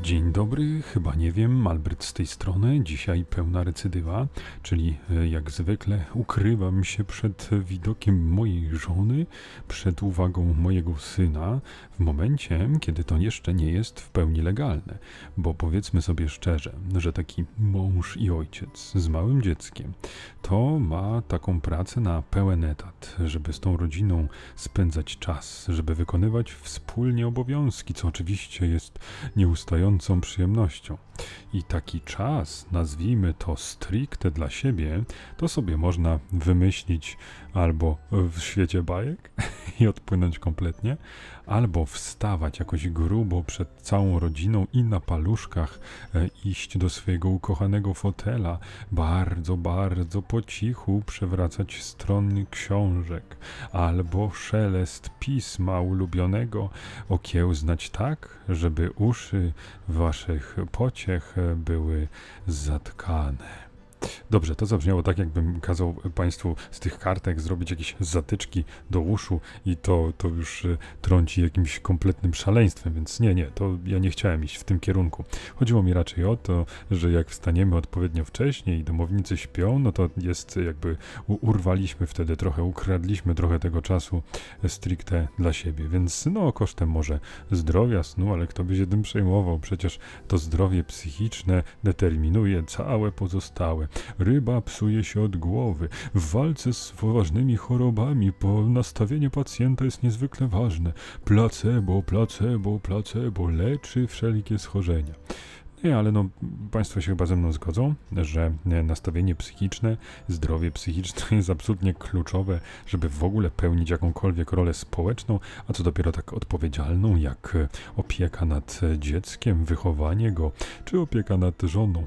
Dzień dobry, chyba nie wiem, Albert z tej strony. Dzisiaj pełna recydywa, czyli jak zwykle ukrywam się przed widokiem mojej żony, przed uwagą mojego syna w momencie, kiedy to jeszcze nie jest w pełni legalne. Bo powiedzmy sobie szczerze, że taki mąż i ojciec z małym dzieckiem to ma taką pracę na pełen etat, żeby z tą rodziną spędzać czas, żeby wykonywać wspólnie obowiązki, co oczywiście jest nieustającą przyjemnością. I taki czas, nazwijmy to stricte dla siebie, to sobie można wymyślić albo w świecie bajek i odpłynąć kompletnie, albo wstawać jakoś grubo przed całą rodziną i na paluszkach iść do swojego ukochanego fotela, bardzo, bardzo po cichu przewracać strony książek, albo szelest pisma ulubionego okiełznać tak, żeby uszy waszych pociech były zatkane. Dobrze, to zabrzmiało tak, jakbym kazał Państwu z tych kartek zrobić jakieś zatyczki do uszu i to już trąci jakimś kompletnym szaleństwem, więc nie, to ja nie chciałem iść w tym kierunku. Chodziło mi raczej o to, że jak wstaniemy odpowiednio wcześnie i domownicy śpią, no to jest jakby urwaliśmy wtedy trochę, ukradliśmy trochę tego czasu stricte dla siebie, więc no kosztem może zdrowia, snu, ale kto by się tym przejmował, przecież to zdrowie psychiczne determinuje całe pozostałe. Ryba psuje się od głowy. W walce z poważnymi chorobami nastawienie pacjenta jest niezwykle ważne. Placebo, placebo, placebo leczy wszelkie schorzenia. Nie, ale Państwo się chyba ze mną zgodzą, że nastawienie psychiczne, zdrowie psychiczne jest absolutnie kluczowe, żeby w ogóle pełnić jakąkolwiek rolę społeczną, a co dopiero tak odpowiedzialną, jak opieka nad dzieckiem, wychowanie go, czy opieka nad żoną.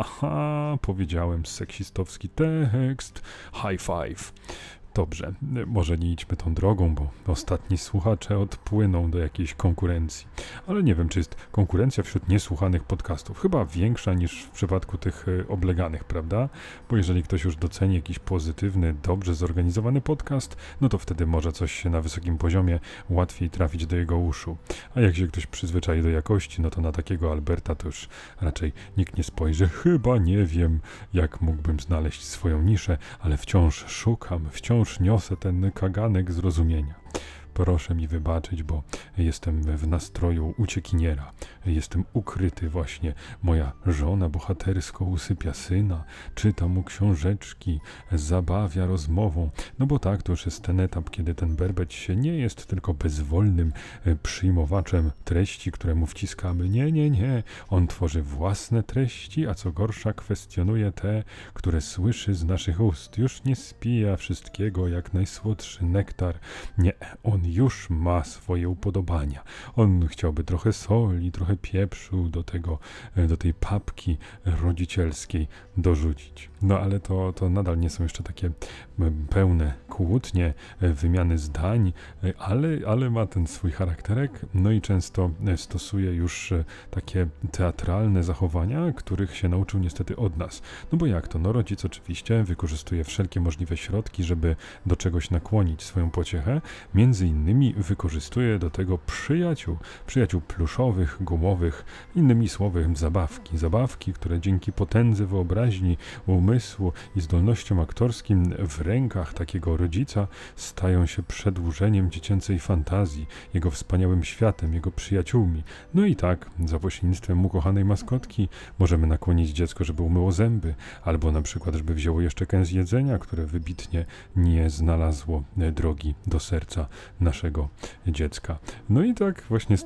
Powiedziałem seksistowski tekst. High five. Dobrze, może nie idźmy tą drogą, bo ostatni słuchacze odpłyną do jakiejś konkurencji. Ale nie wiem, czy jest konkurencja wśród niesłuchanych podcastów. Chyba większa niż w przypadku tych obleganych, prawda? Bo jeżeli ktoś już doceni jakiś pozytywny, dobrze zorganizowany podcast, no to wtedy może coś na wysokim poziomie łatwiej trafić do jego uszu. A jak się ktoś przyzwyczai do jakości, no to na takiego Alberta to już raczej nikt nie spojrzy. Chyba nie wiem, jak mógłbym znaleźć swoją niszę, ale wciąż szukam, wciąż niosę ten kaganek zrozumienia. Proszę mi wybaczyć, bo jestem w nastroju uciekiniera. Jestem ukryty właśnie. Moja żona bohatersko usypia syna, czyta mu książeczki, zabawia rozmową. No bo tak, to już jest ten etap, kiedy ten berbeć się nie jest tylko bezwolnym przyjmowaczem treści, które mu wciskamy. Nie. On tworzy własne treści, a co gorsza kwestionuje te, które słyszy z naszych ust. Już nie spija wszystkiego jak najsłodszy nektar. Nie, on już ma swoje upodobania. On chciałby trochę soli, trochę pieprzu do tej papki rodzicielskiej dorzucić. No ale to nadal nie są jeszcze takie pełne kłótnie, wymiany zdań, ale ma ten swój charakterek, no i często stosuje już takie teatralne zachowania, których się nauczył niestety od nas. No bo jak to? No rodzic oczywiście wykorzystuje wszelkie możliwe środki, żeby do czegoś nakłonić swoją pociechę, między innymi wykorzystuje do tego przyjaciół pluszowych, gumowych, innymi słowy zabawki, które dzięki potędze wyobraźni, umysłu i zdolnościom aktorskim w rękach takiego rodzica stają się przedłużeniem dziecięcej fantazji, jego wspaniałym światem, jego przyjaciółmi. No i tak, za pośrednictwem ukochanej maskotki możemy nakłonić dziecko, żeby umyło zęby, albo na przykład, żeby wzięło jeszcze kęs jedzenia, które wybitnie nie znalazło drogi do serca naszego dziecka. No i tak właśnie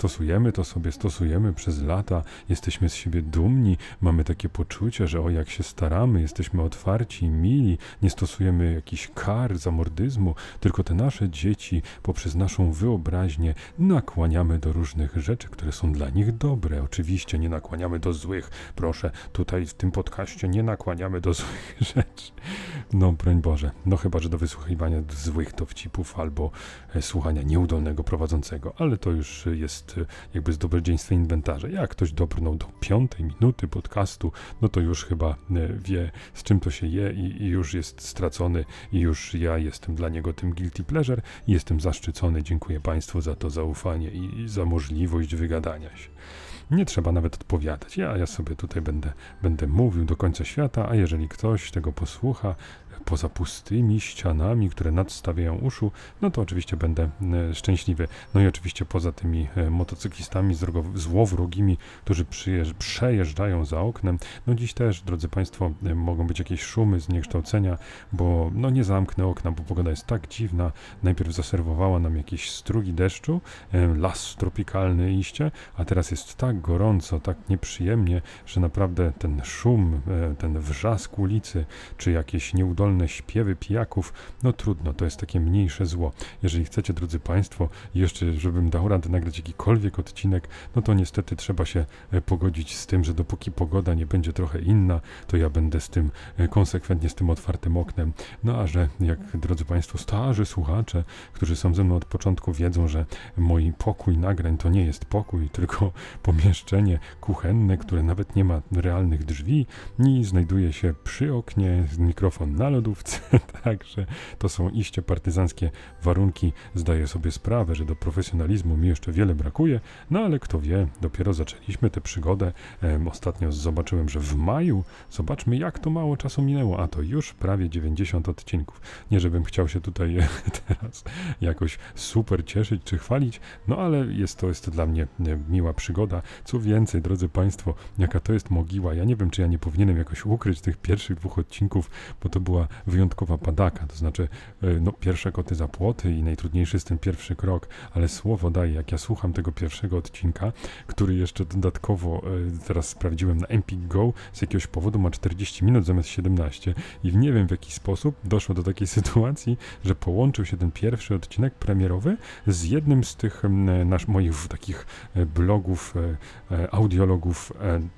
stosujemy przez lata, jesteśmy z siebie dumni, mamy takie poczucie, że jak się staramy, jesteśmy otwarci, mili, nie stosujemy jakichś kar, zamordyzmu, tylko te nasze dzieci poprzez naszą wyobraźnię nakłaniamy do różnych rzeczy, które są dla nich dobre. Oczywiście nie nakłaniamy do złych. Proszę, tutaj w tym podcaście nie nakłaniamy do złych rzeczy. No, broń Boże. No chyba, że do wysłuchiwania złych dowcipów albo słuchania nieudolnego prowadzącego, ale to już jest jakby z dobrodziejstwa inwentarza. Jak ktoś dobrnął do 5. minuty podcastu, no to już chyba wie, z czym to się je i już jest stracony i już ja jestem dla niego tym guilty pleasure i jestem zaszczycony. Dziękuję Państwu za to zaufanie i za możliwość wygadania się. Nie trzeba nawet odpowiadać. Ja sobie tutaj będę mówił do końca świata, a jeżeli ktoś tego posłucha, poza pustymi ścianami, które nadstawiają uszu, no to oczywiście będę szczęśliwy. No i oczywiście poza tymi motocyklistami złowrogimi, którzy przejeżdżają za oknem. No dziś też, drodzy Państwo, mogą być jakieś szumy, zniekształcenia, bo no nie zamknę okna, bo pogoda jest tak dziwna. Najpierw zaserwowała nam jakieś strugi deszczu, las tropikalny iście, a teraz jest tak gorąco, tak nieprzyjemnie, że naprawdę ten szum, ten wrzask ulicy, czy jakieś nieudolne śpiewy pijaków, no trudno, to jest takie mniejsze zło. Jeżeli chcecie, drodzy Państwo, jeszcze żebym dał radę nagrać jakikolwiek odcinek, no to niestety trzeba się pogodzić z tym, że dopóki pogoda nie będzie trochę inna, to ja będę z tym konsekwentnie z tym otwartym oknem. No a że, jak drodzy Państwo, starzy słuchacze, którzy są ze mną od początku, wiedzą, że mój pokój nagrań to nie jest pokój, tylko pomieszczenie kuchenne, które nawet nie ma realnych drzwi i znajduje się przy oknie, mikrofon na lodówce, także to są iście partyzanckie warunki. Zdaję sobie sprawę, że do profesjonalizmu mi jeszcze wiele brakuje, no ale kto wie, dopiero zaczęliśmy tę przygodę. Ostatnio zobaczyłem, że w maju, zobaczmy jak to mało czasu minęło, a to już prawie 90 odcinków. Nie żebym chciał się tutaj teraz jakoś super cieszyć czy chwalić, no ale to jest dla mnie miła przygoda. Co więcej, drodzy Państwo, jaka to jest mogiła. Ja nie wiem, czy ja nie powinienem jakoś ukryć tych pierwszych 2 odcinków, bo to była wyjątkowa padaka, to znaczy no pierwsze koty za płoty i najtrudniejszy jest ten pierwszy krok, ale słowo daję, jak ja słucham tego pierwszego odcinka, który jeszcze dodatkowo teraz sprawdziłem na Empik Go, z jakiegoś powodu ma 40 minut zamiast 17 i nie wiem w jaki sposób doszło do takiej sytuacji, że połączył się ten pierwszy odcinek premierowy z jednym z tych moich takich blogów, audiologów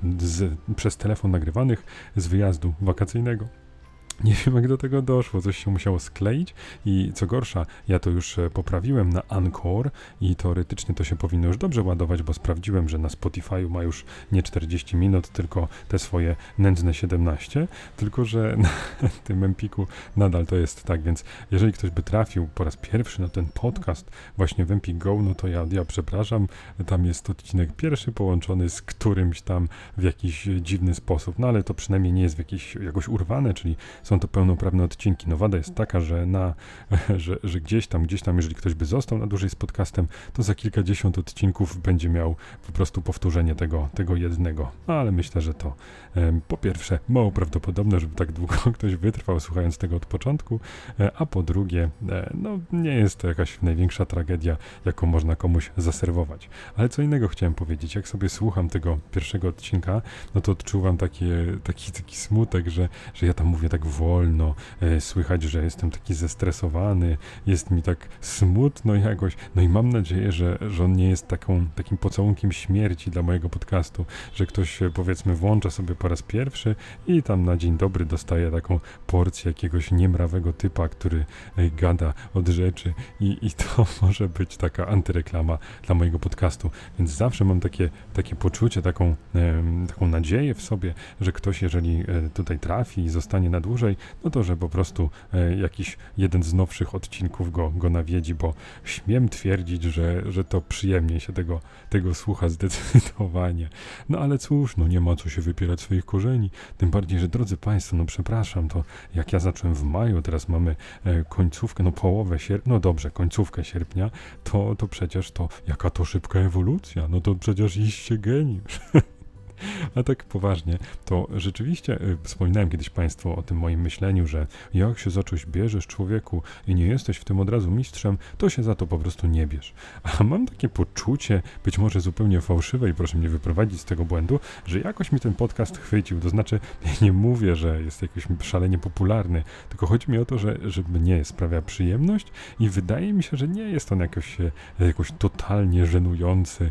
przez telefon nagrywanych z wyjazdu wakacyjnego. Nie wiem, jak do tego doszło, coś się musiało skleić i co gorsza, ja to już poprawiłem na Anchor i teoretycznie to się powinno już dobrze ładować, bo sprawdziłem, że na Spotify'u ma już nie 40 minut, tylko te swoje nędzne 17, tylko że na tym Empiku nadal to jest tak, więc jeżeli ktoś by trafił po raz pierwszy na ten podcast właśnie w Empik Go, no to ja przepraszam, tam jest odcinek pierwszy połączony z którymś tam w jakiś dziwny sposób, no ale to przynajmniej nie jest jakoś urwane, czyli są to pełnoprawne odcinki. No wada jest taka, że że gdzieś tam, jeżeli ktoś by został na dłużej z podcastem, to za kilkadziesiąt odcinków będzie miał po prostu powtórzenie tego jednego. No ale myślę, że to po pierwsze mało prawdopodobne, żeby tak długo ktoś wytrwał słuchając tego od początku, a po drugie, no nie jest to jakaś największa tragedia, jaką można komuś zaserwować. Ale co innego chciałem powiedzieć. Jak sobie słucham tego pierwszego odcinka, no to odczuwam taki smutek, że ja tam mówię tak wolno, słychać, że jestem taki zestresowany, jest mi tak smutno jakoś, no i mam nadzieję, że on nie jest takim pocałunkiem śmierci dla mojego podcastu, że ktoś powiedzmy włącza sobie po raz pierwszy i tam na dzień dobry dostaje taką porcję jakiegoś niemrawego typa, który gada od rzeczy i to może być taka antyreklama dla mojego podcastu, więc zawsze mam takie poczucie, taką nadzieję w sobie, że ktoś, jeżeli tutaj trafi i zostanie na dłużej, no to, że po prostu jakiś jeden z nowszych odcinków go nawiedzi, bo śmiem twierdzić, że to przyjemnie się tego słucha zdecydowanie. No ale cóż, no nie ma co się wypierać swoich korzeni, tym bardziej, że drodzy Państwo, no przepraszam, to jak ja zacząłem w maju, teraz mamy końcówkę, no połowę sierpnia, no dobrze, końcówkę sierpnia, to przecież jaka to szybka ewolucja, no to przecież iście geniusz. A tak poważnie, to rzeczywiście wspominałem kiedyś Państwu o tym moim myśleniu, że jak się za coś bierzesz, człowieku, i nie jesteś w tym od razu mistrzem, to się za to po prostu nie bierz. A mam takie poczucie, być może zupełnie fałszywe i proszę mnie wyprowadzić z tego błędu, że jakoś mi ten podcast chwycił. To znaczy, ja nie mówię, że jest jakiś szalenie popularny, tylko chodzi mi o to, że mnie sprawia przyjemność i wydaje mi się, że nie jest on jakoś totalnie żenujący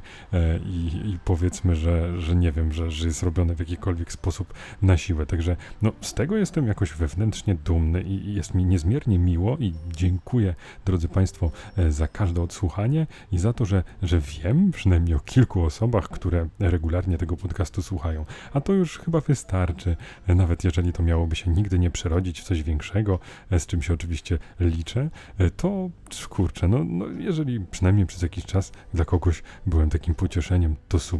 i powiedzmy, że nie wiem, że jest robione w jakikolwiek sposób na siłę. Także no, z tego jestem jakoś wewnętrznie dumny i jest mi niezmiernie miło i dziękuję, drodzy Państwo, za każde odsłuchanie i za to, że wiem przynajmniej o kilku osobach, które regularnie tego podcastu słuchają. A to już chyba wystarczy, nawet jeżeli to miałoby się nigdy nie przerodzić w coś większego, z czym się oczywiście liczę, to kurczę, no jeżeli przynajmniej przez jakiś czas dla kogoś byłem takim pocieszeniem, to super.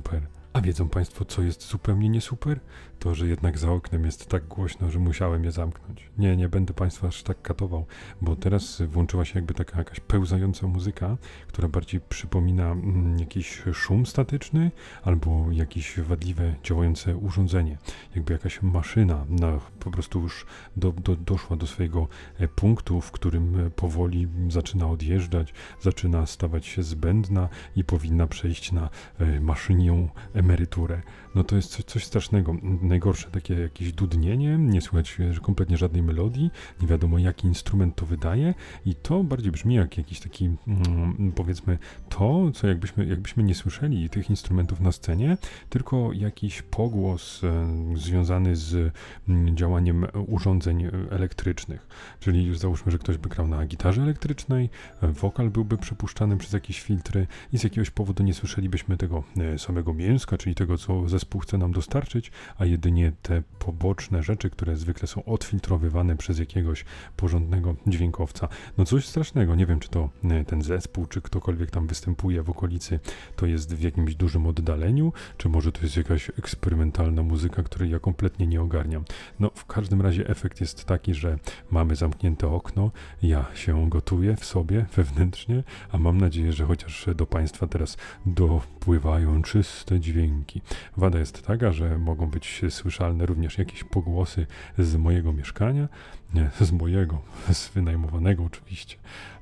A wiedzą Państwo, co jest zupełnie nie super? To, że jednak za oknem jest tak głośno, że musiałem je zamknąć. Nie będę Państwa aż tak katował, bo teraz włączyła się jakby taka jakaś pełzająca muzyka, która bardziej przypomina jakiś szum statyczny albo jakieś wadliwe działające urządzenie. Jakby jakaś maszyna po prostu już doszła do swojego punktu, w którym powoli zaczyna odjeżdżać, zaczyna stawać się zbędna i powinna przejść na maszynią emeryturę. No to jest coś strasznego. Najgorsze takie jakieś dudnienie, nie słychać kompletnie żadnej melodii, nie wiadomo jaki instrument to wydaje i to bardziej brzmi jak jakiś taki, powiedzmy, to, co jakbyśmy nie słyszeli tych instrumentów na scenie, tylko jakiś pogłos związany z działaniem urządzeń elektrycznych. Czyli już załóżmy, że ktoś by grał na gitarze elektrycznej, wokal byłby przepuszczany przez jakieś filtry i z jakiegoś powodu nie słyszelibyśmy tego samego mięska, czyli tego, co zespół chce nam dostarczyć, a jedynie te poboczne rzeczy, które zwykle są odfiltrowywane przez jakiegoś porządnego dźwiękowca. No coś strasznego, nie wiem, czy to ten zespół, czy ktokolwiek tam występuje w okolicy, to jest w jakimś dużym oddaleniu, czy może to jest jakaś eksperymentalna muzyka, której ja kompletnie nie ogarniam. No w każdym razie efekt jest taki, że mamy zamknięte okno, ja się gotuję w sobie wewnętrznie, a mam nadzieję, że chociaż do Państwa teraz dopływają czyste dźwięki. Wada jest taka, że mogą być słyszalne również jakieś pogłosy z mojego mieszkania, z wynajmowanego oczywiście.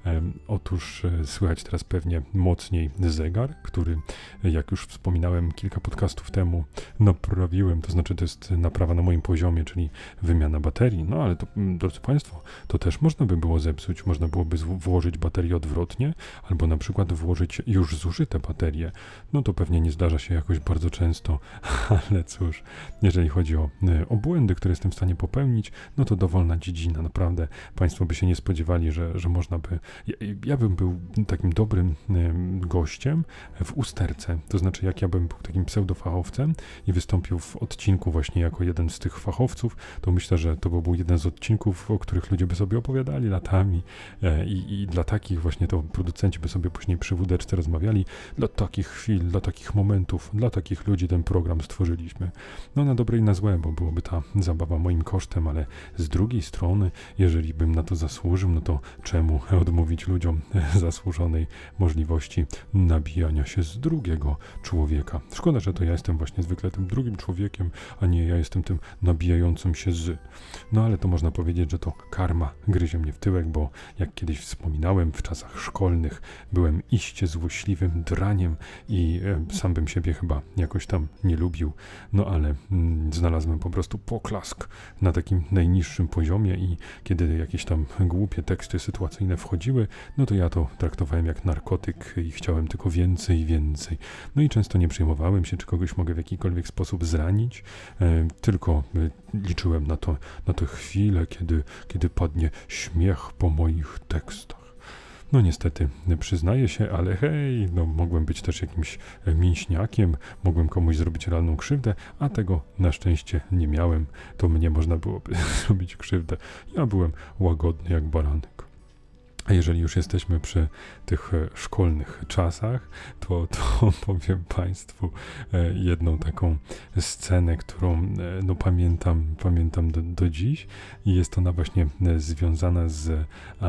Otóż słychać teraz pewnie mocniej zegar, który, jak już wspominałem kilka podcastów temu, naprawiłem, to znaczy to jest naprawa na moim poziomie, czyli wymiana baterii. No ale to, drodzy Państwo, to też można by było zepsuć, można byłoby włożyć baterię odwrotnie, albo na przykład włożyć już zużyte baterie. No to pewnie nie zdarza się jakoś bardzo często, ale cóż, jeżeli chodzi o błędy, które jestem w stanie popełnić, no to dowolna dziedzina, naprawdę Państwo by się nie spodziewali, że można by... Ja bym był takim dobrym gościem w usterce, to znaczy jak ja bym był takim pseudofachowcem i wystąpił w odcinku właśnie jako jeden z tych fachowców, to myślę, że to by był jeden z odcinków, o których ludzie by sobie opowiadali latami i dla takich właśnie to producenci by sobie później przy wódeczce rozmawiali, dla takich chwil, dla takich momentów, dla takich ludzi ten program stworzyliśmy. No na dobre i na złe, bo byłoby ta zabawa moim kosztem, ale z drugiej strony, jeżeli bym na to zasłużył, no to czemu odmówić ludziom zasłużonej możliwości nabijania się z drugiego człowieka. Szkoda, że to ja jestem właśnie zwykle tym drugim człowiekiem, a nie ja jestem tym nabijającym się z. No ale to można powiedzieć, że to karma gryzie mnie w tyłek, bo jak kiedyś wspominałem, w czasach szkolnych byłem iście złośliwym draniem i sam bym siebie chyba jakoś tam nie lubił, no ale znalazłem po prostu poklask na takim najniższym poziomie i kiedy jakieś tam głupie teksty sytuacyjne wchodziły, no to ja to traktowałem jak narkotyk i chciałem tylko więcej i więcej. No i często nie przejmowałem się, czy kogoś mogę w jakikolwiek sposób zranić, tylko liczyłem na tę chwilę, kiedy padnie śmiech po moich tekstach. No niestety, przyznaję się, ale hej, no mogłem być też jakimś mięśniakiem, mogłem komuś zrobić realną krzywdę, a tego na szczęście nie miałem. To mnie można byłoby zrobić krzywdę. Ja byłem łagodny jak baranek. A jeżeli już jesteśmy przy tych szkolnych czasach, to powiem Państwu jedną taką scenę, którą no pamiętam do dziś i jest ona właśnie związana z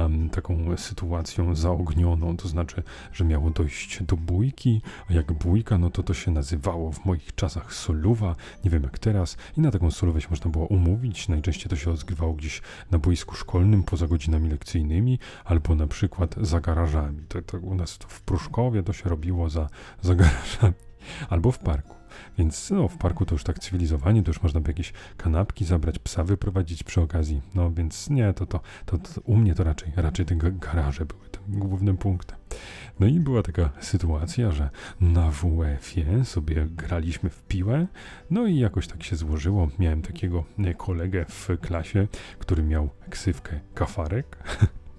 taką sytuacją zaognioną, to znaczy, że miało dojść do bójki, a jak bójka, no to się nazywało w moich czasach soluwa, nie wiem jak teraz, i na taką solówę się można było umówić, najczęściej to się rozgrywało gdzieś na boisku szkolnym, poza godzinami lekcyjnymi, albo na przykład za garażami. To u nas w Pruszkowie to się robiło za garażami, albo w parku. Więc no, w parku to już tak cywilizowanie, to już można by jakieś kanapki zabrać, psa wyprowadzić przy okazji. No więc nie, to u mnie to raczej te garaże były tym głównym punktem. No i była taka sytuacja, że na WF-ie sobie graliśmy w piłę, no i jakoś tak się złożyło. Miałem takiego kolegę w klasie, który miał ksywkę Kafarek.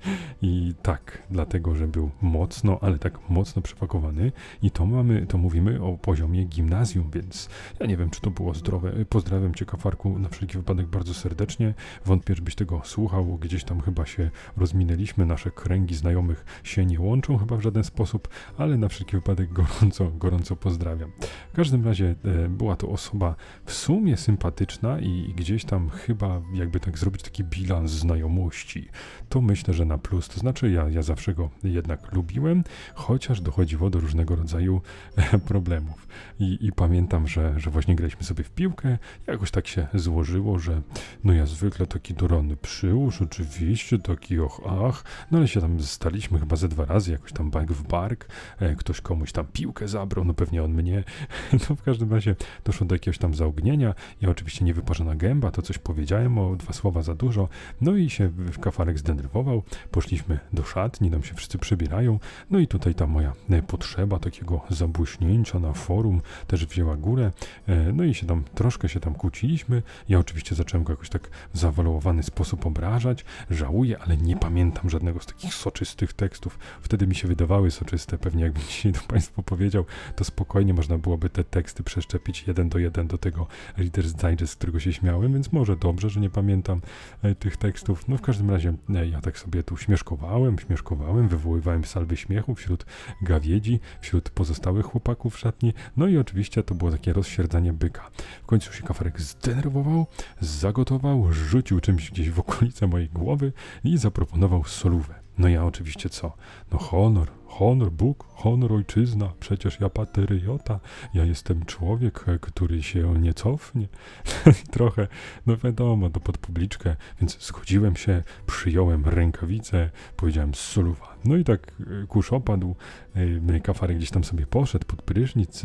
I tak, dlatego, że był mocno, ale tak mocno przepakowany i to mówimy o poziomie gimnazjum, więc ja nie wiem, czy to było zdrowe. Pozdrawiam Cię, Kafarku, na wszelki wypadek bardzo serdecznie. Wątpię, żebyś tego słuchał, gdzieś tam chyba się rozminęliśmy, nasze kręgi znajomych się nie łączą chyba w żaden sposób, ale na wszelki wypadek gorąco pozdrawiam. W każdym razie była to osoba w sumie sympatyczna i gdzieś tam chyba jakby tak zrobić taki bilans znajomości, to myślę, że na plus. To znaczy ja zawsze go jednak lubiłem, chociaż dochodziło do różnego rodzaju problemów. I pamiętam, że właśnie graliśmy sobie w piłkę, jakoś tak się złożyło, że no ja zwykle taki do rany przyłóż, oczywiście, taki ach, no ale się tam staliśmy chyba ze 2 razy, jakoś tam bark w bark, ktoś komuś tam piłkę zabrał, no pewnie on mnie, no w każdym razie doszło do jakiegoś tam zaognienia, ja oczywiście niewyparzona gęba, to coś powiedziałem, o 2 słowa za dużo, no i się Kafarek zdenerwował, poszliśmy do szatni, tam się wszyscy przebierają, no i tutaj ta moja potrzeba takiego zabłyśnięcia na forum też wzięła górę, no i troszkę się tam kłóciliśmy, ja oczywiście zacząłem go jakoś tak w zawaluowany sposób obrażać, żałuję, ale nie pamiętam żadnego z takich soczystych tekstów, wtedy mi się wydawały soczyste, pewnie jakbym dzisiaj to Państwu powiedział, to spokojnie można byłoby te teksty przeszczepić 1 do 1 do tego Reader's Digest, z którego się śmiałem, więc może dobrze, że nie pamiętam tych tekstów, no w każdym razie ja tak sobie tu śmieszkowałem, wywoływałem salwy śmiechu wśród gawiedzi, wśród pozostałych chłopaków w szatni, no i oczywiście to było takie rozsierdzanie byka. W końcu się Kafarek zdenerwował, zagotował, rzucił czymś gdzieś w okolice mojej głowy i zaproponował solówę. No ja oczywiście co? No honor, Bóg, honor, ojczyzna, przecież ja patriota, ja jestem człowiek, który się nie cofnie. Trochę, no wiadomo, pod publiczkę, więc zgodziłem się, przyjąłem rękawice, powiedziałem soluwa. No i tak kurz opadł, Kafarek gdzieś tam sobie poszedł pod prysznic,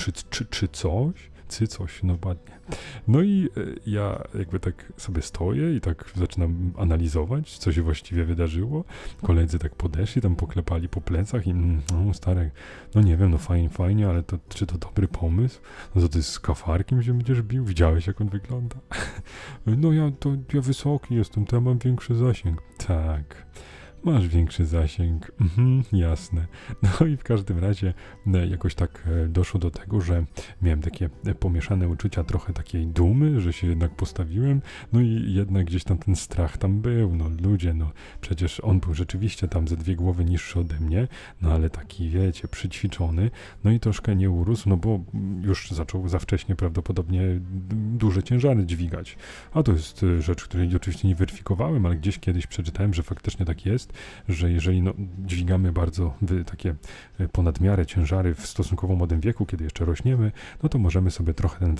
czy coś, no ładnie. No i ja jakby tak sobie stoję i tak zaczynam analizować, co się właściwie wydarzyło. Koledzy tak podeszli, tam poklepali po plecach i no Starek, no nie wiem, no fajnie, ale czy to dobry pomysł? No to ty z Kafarkiem się będziesz bił? Widziałeś, jak on wygląda? No ja wysoki jestem, to ja mam większy zasięg. Tak. Masz większy zasięg, jasne. No i w każdym razie jakoś tak doszło do tego, że miałem takie pomieszane uczucia, trochę takiej dumy, że się jednak postawiłem, no i jednak gdzieś tam ten strach tam był, no ludzie, no przecież on był rzeczywiście tam ze 2 głowy niższy ode mnie, no ale taki, wiecie, przyćwiczony, no i troszkę nie urósł, no bo już zaczął za wcześnie prawdopodobnie duże ciężary dźwigać. A to jest rzecz, której oczywiście nie weryfikowałem, ale gdzieś kiedyś przeczytałem, że faktycznie tak jest, że jeżeli dźwigamy bardzo takie ponad miarę ciężary w stosunkowo młodym wieku, kiedy jeszcze rośniemy, no to możemy sobie trochę ten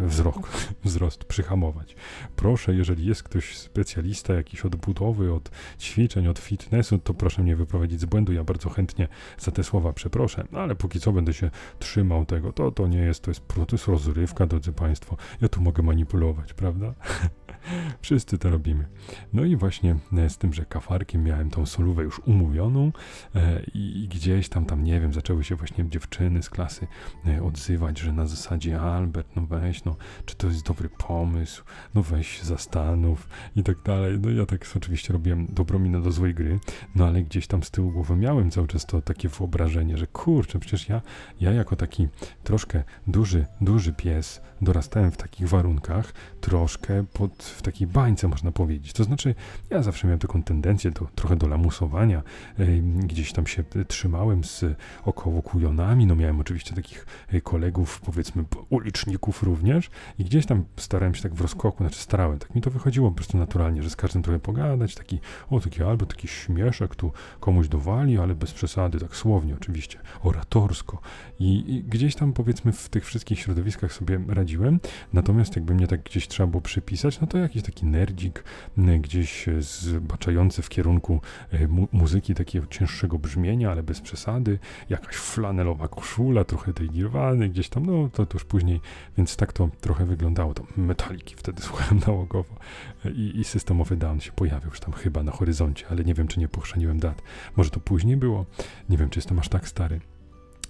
wzrost przyhamować. Proszę, jeżeli jest ktoś specjalista jakiś od budowy, od ćwiczeń, od fitnessu, to proszę mnie wyprowadzić z błędu, ja bardzo chętnie za te słowa przeproszę, ale póki co będę się trzymał tego, to nie jest, to jest rozrywka, drodzy Państwo, ja tu mogę manipulować, prawda? Wszyscy to robimy. No i właśnie z tym, że Kafarkiem miałem tą solówę już umówioną i gdzieś tam, nie wiem, zaczęły się właśnie dziewczyny z klasy odzywać, że na zasadzie Albert, no weź, no, czy to jest dobry pomysł, no weź się zastanów i tak dalej. No ja tak oczywiście robiłem dobrą minę do złej gry, no ale gdzieś tam z tyłu głowy miałem cały czas to takie wyobrażenie, że kurczę, przecież ja jako taki troszkę duży pies dorastałem w takich warunkach, troszkę w takiej bańce, można powiedzieć. To znaczy, ja zawsze miałem taką tendencję trochę do lamusowania. Gdzieś tam się trzymałem z około kujonami. No miałem oczywiście takich kolegów, powiedzmy, uliczników również i gdzieś tam starałem się tak w rozkoku, tak mi to wychodziło po prostu naturalnie, że z każdym trochę pogadać, taki albo taki śmieszek tu komuś dowali, ale bez przesady, tak słownie oczywiście, oratorsko. I gdzieś tam, powiedzmy, w tych wszystkich środowiskach sobie radziłem, natomiast jakby mnie tak gdzieś trzeba było przypisać, no to jakiś taki nerdzik, gdzieś zbaczający w kierunku muzyki takiego cięższego brzmienia, ale bez przesady, jakaś flanelowa koszula, trochę tej Nirwany gdzieś tam, no to już później, więc tak to trochę wyglądało, to Metaliki wtedy słuchałem nałogowo i System of a Down się pojawił już tam chyba na horyzoncie, ale nie wiem, czy nie pochrzaniłem dat, może to później było, nie wiem, czy jestem aż tak stary.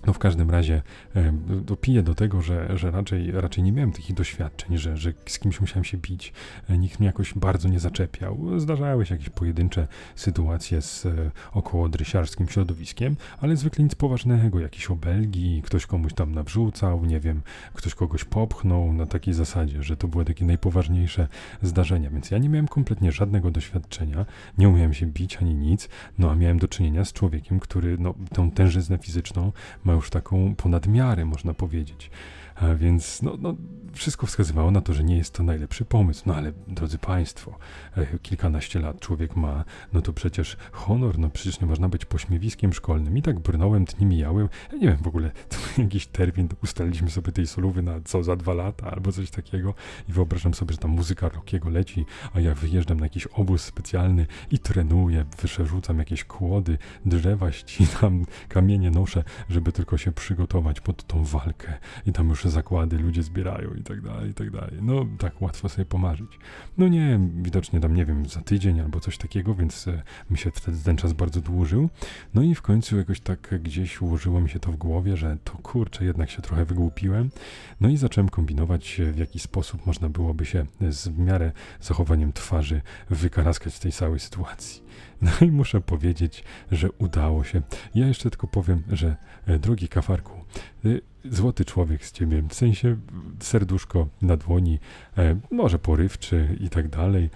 No w każdym razie dopiję do tego, że raczej nie miałem takich doświadczeń, że z kimś musiałem się bić. Nikt mnie jakoś bardzo nie zaczepiał. Zdarzały się jakieś pojedyncze sytuacje z okołodrysiarskim środowiskiem, ale zwykle nic poważnego, jakieś obelgi, ktoś komuś tam nawrzucał, nie wiem, ktoś kogoś popchnął na takiej zasadzie, że to były takie najpoważniejsze zdarzenia, więc ja nie miałem kompletnie żadnego doświadczenia, nie umiałem się bić ani nic, no a miałem do czynienia z człowiekiem, który tą tężyznę fizyczną ma już taką ponad miarę, można powiedzieć. A więc wszystko wskazywało na to, że nie jest to najlepszy pomysł. No ale drodzy Państwo, kilkanaście lat człowiek ma, no to przecież honor, no przecież nie można być pośmiewiskiem szkolnym. I tak brnąłem, dni mijały. Ja nie wiem w ogóle, to był jakiś termin, ustaliliśmy sobie tej solówy na za 2 lata albo coś takiego i wyobrażam sobie, że tam muzyka rockiego leci, a ja wyjeżdżam na jakiś obóz specjalny i trenuję, przerzucam jakieś kłody, drzewa ścinam, kamienie noszę, żeby tylko się przygotować pod tą walkę i tam już zakłady ludzie zbierają i tak dalej, i tak dalej. No tak łatwo sobie pomarzyć. No nie, widocznie tam nie wiem, za tydzień albo coś takiego, więc mi się wtedy ten czas bardzo dłużył. No i w końcu jakoś tak gdzieś ułożyło mi się to w głowie, że to kurczę, jednak się trochę wygłupiłem. No i zacząłem kombinować, w jaki sposób można byłoby się w miarę zachowaniem twarzy wykaraskać z tej całej sytuacji. No i muszę powiedzieć, że udało się. Ja jeszcze tylko powiem, że drogi kafarku, złoty człowiek z ciebie, w sensie serduszko na dłoni, może porywczy i tak dalej,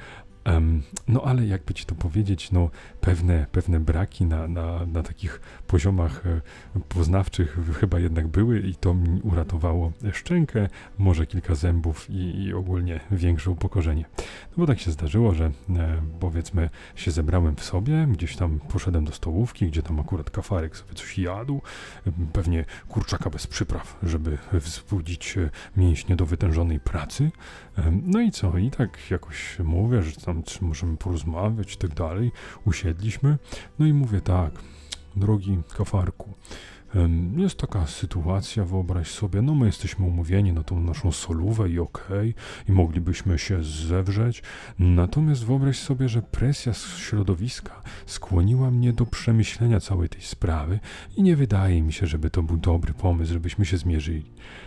no ale jakby ci to powiedzieć, no pewne braki na takich poziomach poznawczych chyba jednak były i to mi uratowało szczękę, może kilka zębów i ogólnie większe upokorzenie. No bo tak się zdarzyło, że powiedzmy się zebrałem w sobie, gdzieś tam poszedłem do stołówki, gdzie tam akurat kafarek sobie coś jadł, pewnie kurczaka bez przypraw, żeby wzbudzić mięśnie do wytężonej pracy. No i co? I tak jakoś mówię, że tam czy możemy porozmawiać i tak dalej. Usiedliśmy. No i mówię tak, drogi kafarku, jest taka sytuacja, wyobraź sobie, no my jesteśmy umówieni na tą naszą solówę i okej, i moglibyśmy się zewrzeć, natomiast wyobraź sobie, że presja z środowiska skłoniła mnie do przemyślenia całej tej sprawy i nie wydaje mi się, żeby to był dobry pomysł, żebyśmy się zmierzyli.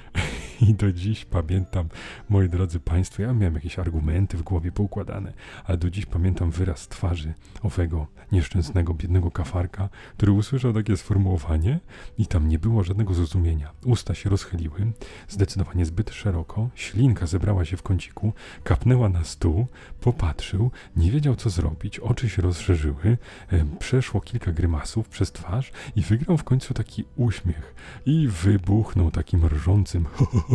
I do dziś pamiętam, moi drodzy Państwo, ja miałem jakieś argumenty w głowie poukładane, ale do dziś pamiętam wyraz twarzy owego nieszczęsnego, biednego kafarka, który usłyszał takie sformułowanie i tam nie było żadnego zrozumienia. Usta się rozchyliły, zdecydowanie zbyt szeroko, ślinka zebrała się w kąciku, kapnęła na stół, popatrzył, nie wiedział co zrobić, oczy się rozszerzyły, przeszło kilka grymasów przez twarz i wygrał w końcu taki uśmiech i wybuchnął takim rżącym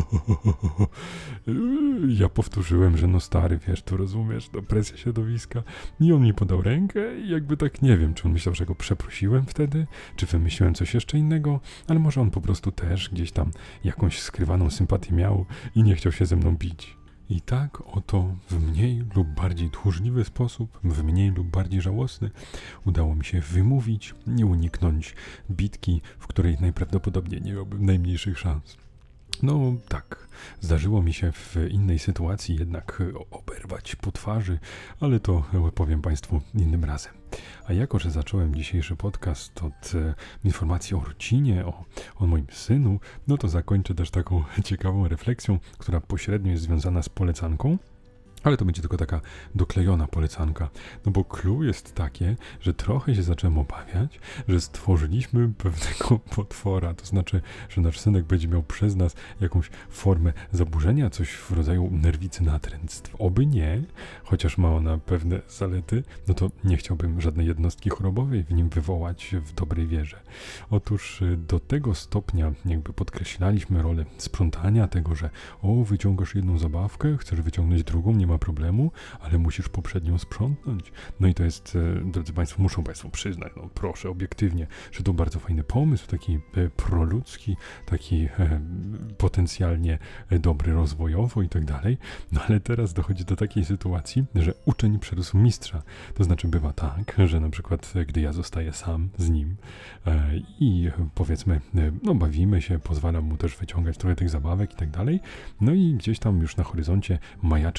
Ja powtórzyłem, że no stary, wiesz, tu rozumiesz, to presja środowiska. I on mi podał rękę i jakby tak nie wiem, czy on myślał, że go przeprosiłem wtedy, czy wymyśliłem coś jeszcze innego, ale może on po prostu też gdzieś tam jakąś skrywaną sympatię miał i nie chciał się ze mną bić. I tak oto w mniej lub bardziej tchórzliwy sposób, w mniej lub bardziej żałosny, udało mi się wymówić, nie uniknąć bitki, w której najprawdopodobniej nie miałbym najmniejszych szans. No tak, zdarzyło mi się w innej sytuacji jednak oberwać po twarzy, ale to powiem Państwu innym razem. A jako, że zacząłem dzisiejszy podcast od informacji o rodzinie, o moim synu, no to zakończę też taką ciekawą refleksją, która pośrednio jest związana z polecanką. Ale to będzie tylko taka doklejona polecanka, no bo clue jest takie, że trochę się zacząłem obawiać, że stworzyliśmy pewnego potwora, to znaczy, że nasz synek będzie miał przez nas jakąś formę zaburzenia, coś w rodzaju nerwicy natręctw. Oby nie, chociaż ma ona pewne zalety, no to nie chciałbym żadnej jednostki chorobowej w nim wywołać w dobrej wierze. Otóż do tego stopnia jakby podkreślaliśmy rolę sprzątania, tego, że wyciągasz jedną zabawkę, chcesz wyciągnąć drugą, nie ma problemu, ale musisz poprzednią sprzątnąć. No i to jest, drodzy Państwo, muszą Państwo przyznać, no proszę, obiektywnie, że to bardzo fajny pomysł, taki proludzki, taki potencjalnie dobry rozwojowo i tak dalej. No ale teraz dochodzi do takiej sytuacji, że uczeń przerósł mistrza. To znaczy bywa tak, że na przykład gdy ja zostaję sam z nim i powiedzmy, no bawimy się, pozwalam mu też wyciągać trochę tych zabawek i tak dalej, no i gdzieś tam już na horyzoncie majaczy powrót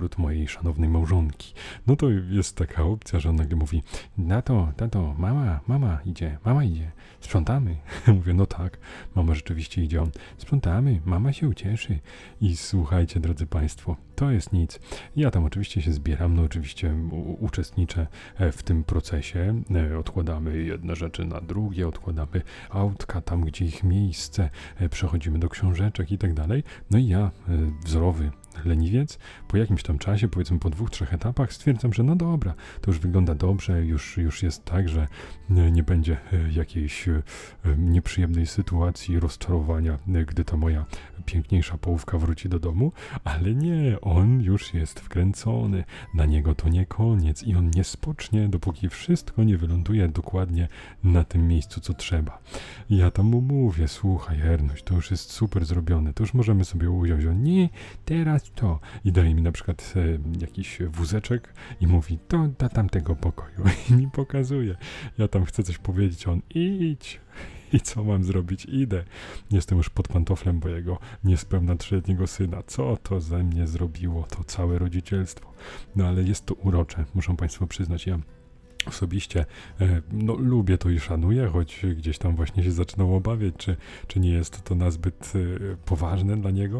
powrót mojej szanownej małżonki. No to jest taka opcja, że on nagle mówi, tato, mama idzie, sprzątamy. Mówię, no tak, mama rzeczywiście idzie, on, sprzątamy, mama się ucieszy. I słuchajcie, drodzy Państwo, to jest nic. Ja tam oczywiście się zbieram, no oczywiście uczestniczę w tym procesie, odkładamy jedne rzeczy na drugie, odkładamy autka tam, gdzie ich miejsce, przechodzimy do książeczek i tak dalej. No i ja, wzorowy leniwiec, po jakimś tam czasie, powiedzmy po 2-3 etapach, stwierdzam, że no dobra, to już wygląda dobrze, już jest tak, że nie będzie jakiejś nieprzyjemnej sytuacji, rozczarowania, gdy ta moja piękniejsza połówka wróci do domu, ale nie, on już jest wkręcony, na niego to nie koniec i on nie spocznie, dopóki wszystko nie wyląduje dokładnie na tym miejscu, co trzeba. I ja tam mu mówię, słuchaj Ernest, to już jest super zrobione, to już możemy sobie ująć, on nie, teraz to. I daje mi na przykład jakiś wózeczek i mówi, to do tamtego pokoju. I mi pokazuje. Ja tam chcę coś powiedzieć, on idź. I co mam zrobić? Idę. Jestem już pod pantoflem mojego niespełna 3-letniego syna. Co to ze mnie zrobiło? To całe rodzicielstwo. No ale jest to urocze, muszą Państwo przyznać. Ja osobiście lubię to i szanuję, choć gdzieś tam właśnie się zaczynam obawiać, czy nie jest to nazbyt poważne dla niego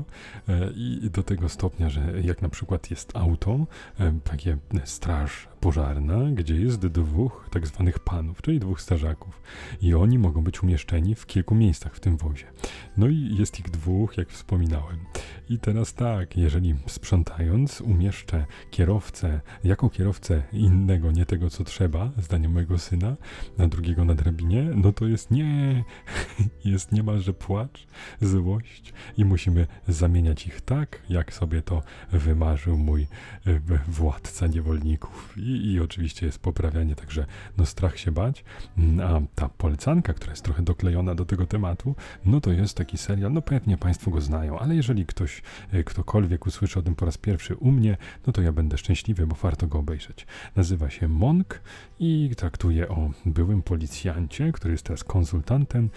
i do tego stopnia, że jak na przykład jest auto, takie straż pożarna, gdzie jest 2 tak zwanych panów, czyli 2 strażaków i oni mogą być umieszczeni w kilku miejscach w tym wozie. No i jest ich 2, jak wspominałem. I teraz tak, jeżeli sprzątając umieszczę kierowcę, jako kierowcę innego, nie tego co trzeba, zdaniem mojego syna, na drugiego na drabinie, no to jest nie, jest niemalże płacz, złość i musimy zamieniać ich tak, jak sobie to wymarzył mój władca niewolników. I oczywiście jest poprawianie, także no strach się bać, a ta polecanka, która jest trochę doklejona do tego tematu, no to jest taki serial, no pewnie Państwo go znają, ale jeżeli ktokolwiek usłyszy o tym po raz pierwszy u mnie, no to ja będę szczęśliwy, bo warto go obejrzeć. Nazywa się Monk i traktuje o byłym policjancie, który jest teraz konsultantem,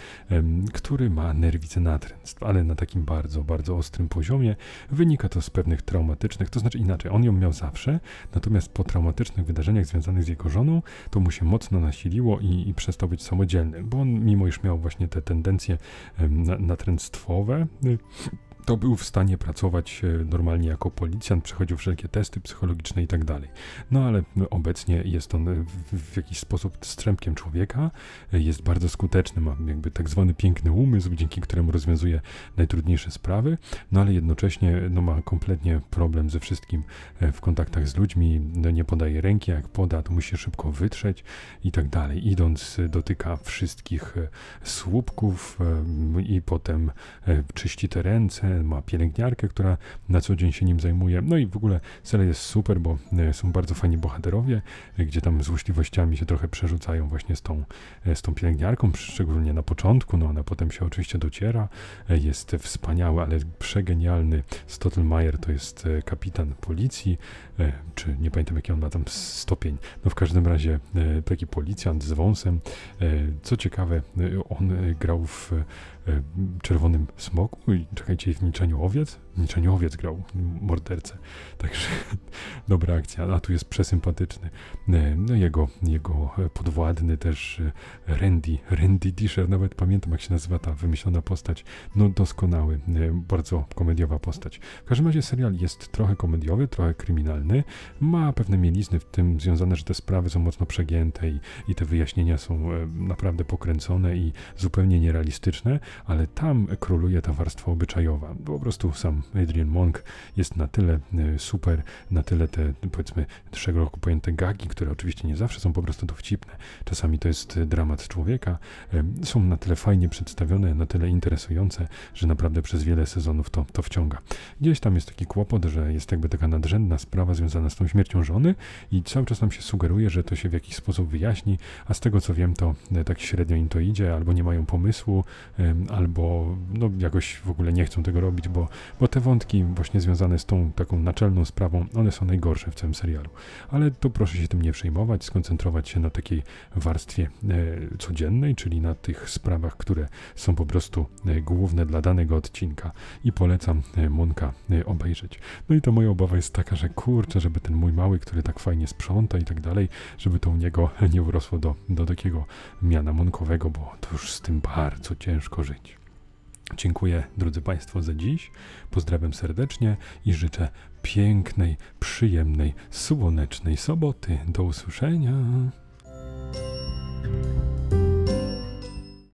który ma nerwicę natręctw, ale na takim bardzo, bardzo ostrym poziomie. Wynika to z pewnych traumatycznych, to znaczy inaczej, on ją miał zawsze, natomiast po traumatycznych wydarzeniach związanych z jego żoną, to mu się mocno nasiliło i przestał być samodzielny, bo on mimo iż miał właśnie te tendencje natręctwowe, to był w stanie pracować normalnie jako policjant, przechodził wszelkie testy psychologiczne i tak dalej. No ale obecnie jest on w jakiś sposób strzępkiem człowieka, jest bardzo skuteczny, ma jakby tak zwany piękny umysł, dzięki któremu rozwiązuje najtrudniejsze sprawy, no ale jednocześnie ma kompletnie problem ze wszystkim w kontaktach z ludźmi, nie podaje ręki, jak poda, to musi szybko wytrzeć i tak dalej. Idąc dotyka wszystkich słupków i potem czyści te ręce, ma pielęgniarkę, która na co dzień się nim zajmuje. No i w ogóle serial jest super, bo są bardzo fajni bohaterowie, gdzie tam złośliwościami się trochę przerzucają właśnie z tą pielęgniarką, szczególnie na początku, no a potem się oczywiście dociera. Jest wspaniały, ale przegenialny Stottlemeyer, to jest kapitan policji, czy nie pamiętam jaki on ma tam stopień. No w każdym razie taki policjant z wąsem. Co ciekawe, on grał w Czerwonym Smoku i czekajcie, w Milczeniu Owiec? W Milczeniu Owiec grał mordercę. Także dobra akcja, a tu jest przesympatyczny. No jego podwładny też Randy Disher, nawet pamiętam jak się nazywa ta wymyślona postać. No doskonały, bardzo komediowa postać. W każdym razie serial jest trochę komediowy, trochę kryminalny. Ma pewne mielizny w tym związane, że te sprawy są mocno przegięte i te wyjaśnienia są naprawdę pokręcone i zupełnie nierealistyczne, ale tam króluje ta warstwa obyczajowa. Po prostu sam Adrian Monk jest na tyle super, na tyle te, powiedzmy, szeroko pojęte gagi, które oczywiście nie zawsze są po prostu dowcipne. Czasami to jest dramat człowieka. Są na tyle fajnie przedstawione, na tyle interesujące, że naprawdę przez wiele sezonów to wciąga. Gdzieś tam jest taki kłopot, że jest jakby taka nadrzędna sprawa związana z tą śmiercią żony i cały czas nam się sugeruje, że to się w jakiś sposób wyjaśni, a z tego co wiem, to tak średnio im to idzie, albo nie mają pomysłu albo no, jakoś w ogóle nie chcą tego robić, bo te wątki właśnie związane z tą taką naczelną sprawą, one są najgorsze w całym serialu. Ale to proszę się tym nie przejmować, skoncentrować się na takiej warstwie codziennej, czyli na tych sprawach, które są po prostu główne dla danego odcinka i polecam Monka obejrzeć. No i to moja obawa jest taka, że kurczę, żeby ten mój mały, który tak fajnie sprząta i tak dalej, żeby to u niego nie urosło do takiego miana monkowego, bo to już z tym bardzo ciężko żyć. Dziękuję, drodzy Państwo, za dziś. Pozdrawiam serdecznie i życzę pięknej, przyjemnej, słonecznej soboty. Do usłyszenia.